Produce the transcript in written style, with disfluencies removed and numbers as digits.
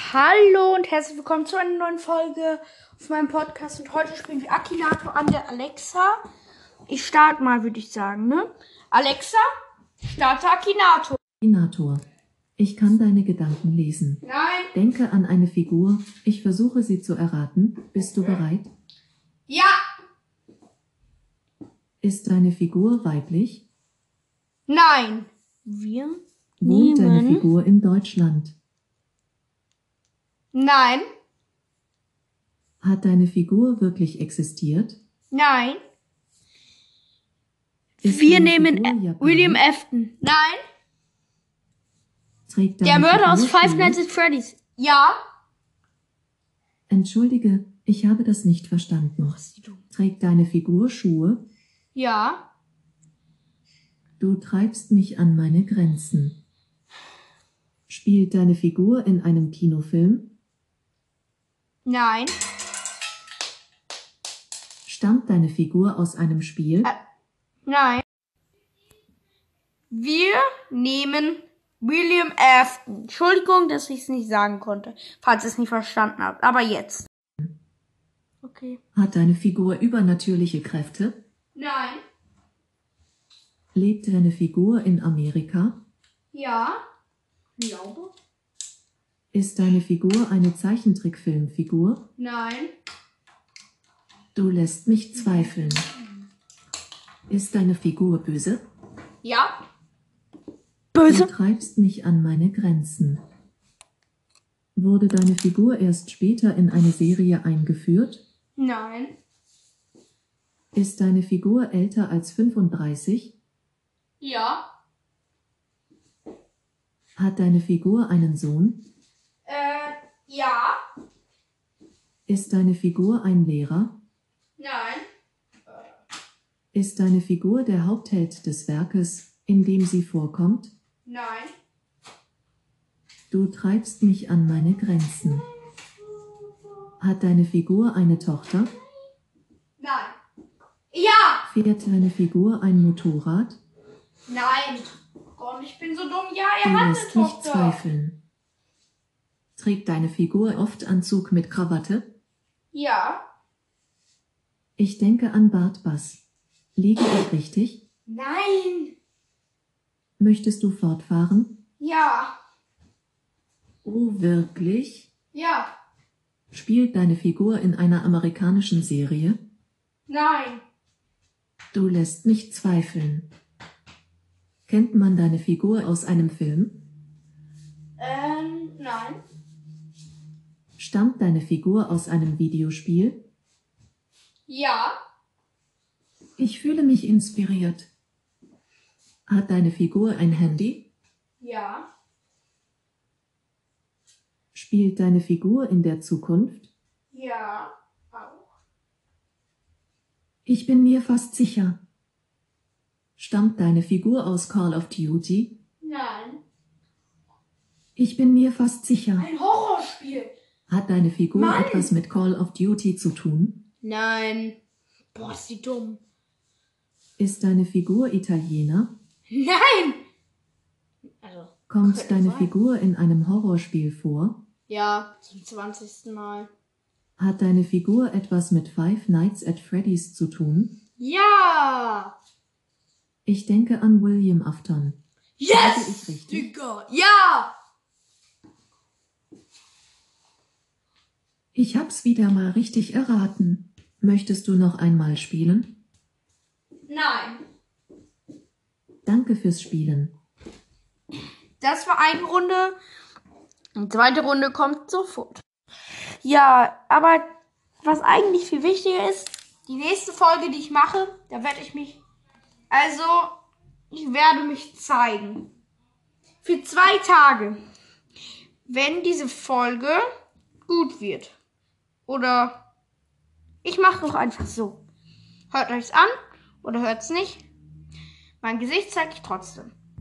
Hallo und herzlich willkommen zu einer neuen Folge auf meinem Podcast. Und heute spielen wir Akinator an der Alexa. Ich starte mal, würde ich sagen, ne? Alexa, starte Akinator. Akinator. Ich kann deine Gedanken lesen. Nein. Denke an eine Figur. Ich versuche sie zu erraten. Bist du bereit? Ja. Ist deine Figur weiblich? Nein. Wir Wohnt deine nehmen... Figur in Deutschland? Nein. Hat deine Figur wirklich existiert? Nein. Ist Wir deine nehmen Figur japanisch? William Afton. Nein. Trägt Der deine Mörder aus Figur Five Schuhe? Nights at Freddy's. Ja. Entschuldige, ich habe das nicht verstanden. Trägt deine Figur Schuhe? Ja. Du treibst mich an meine Grenzen. Spielt deine Figur in einem Kinofilm? Nein. Stammt deine Figur aus einem Spiel? Nein. Wir nehmen William Afton. Entschuldigung, dass ich es nicht sagen konnte, falls ihr es nicht verstanden habt. Aber jetzt. Okay. Hat deine Figur übernatürliche Kräfte? Nein. Lebt deine Figur in Amerika? Ja. Glaube. Ist deine Figur eine Zeichentrickfilmfigur? Nein. Du lässt mich zweifeln. Ist deine Figur böse? Ja. Du Böse. treibst mich an meine Grenzen. Wurde deine Figur erst später in eine Serie eingeführt? Nein. Ist deine Figur älter als 35? Ja. Hat deine Figur einen Sohn? Ja. Ist deine Figur ein Lehrer? Nein. Ist deine Figur der Hauptheld des Werkes, in dem sie vorkommt? Nein. Du treibst mich an meine Grenzen. Hat deine Figur eine Tochter? Nein. Ja. Fährt deine Figur ein Motorrad? Nein. Gott, ich bin so dumm. Ja, Du er hat eine lässt mich Tochter. zweifeln. Trägt deine Figur oft Anzug mit Krawatte? Ja. Ich denke an Bart Bass. Liege ich richtig? Nein. Möchtest du fortfahren? Ja. Oh, wirklich? Ja. Spielt deine Figur in einer amerikanischen Serie? Nein. Du lässt mich zweifeln. Kennt man deine Figur aus einem Film? Nein. Stammt deine Figur aus einem Videospiel? Ja. Ich fühle mich inspiriert. Hat deine Figur ein Handy? Ja. Spielt deine Figur in der Zukunft? Ja. Auch. Ich bin mir fast sicher. Stammt deine Figur aus Call of Duty? Nein. Ich bin mir fast sicher. Ein Horrorspiel. Hat deine Figur Mann! etwas mit Call of Duty zu tun? Nein. Boah, ist die dumm. Ist deine Figur Italiener? Nein. Also. Kommt Könnte deine sein. Figur in einem Horrorspiel vor? Ja, zum 20. Mal. Hat deine Figur etwas mit Five Nights at Freddy's zu tun? Ja. Ich denke an William Afton. Liege Yes. ich richtig? Digga. Ja. Ich hab's wieder mal richtig erraten. Möchtest du noch einmal spielen? Nein. Danke fürs Spielen. Das war eine Runde. Die zweite Runde kommt sofort. Ja, aber was eigentlich viel wichtiger ist, die nächste Folge, die ich mache, da werde ich mich... Also, ich werde mich zeigen. Für 2 Tage. Wenn diese Folge gut wird. Oder ich mache doch einfach so. Hört euch's an oder hört's nicht. Mein Gesicht zeige ich trotzdem.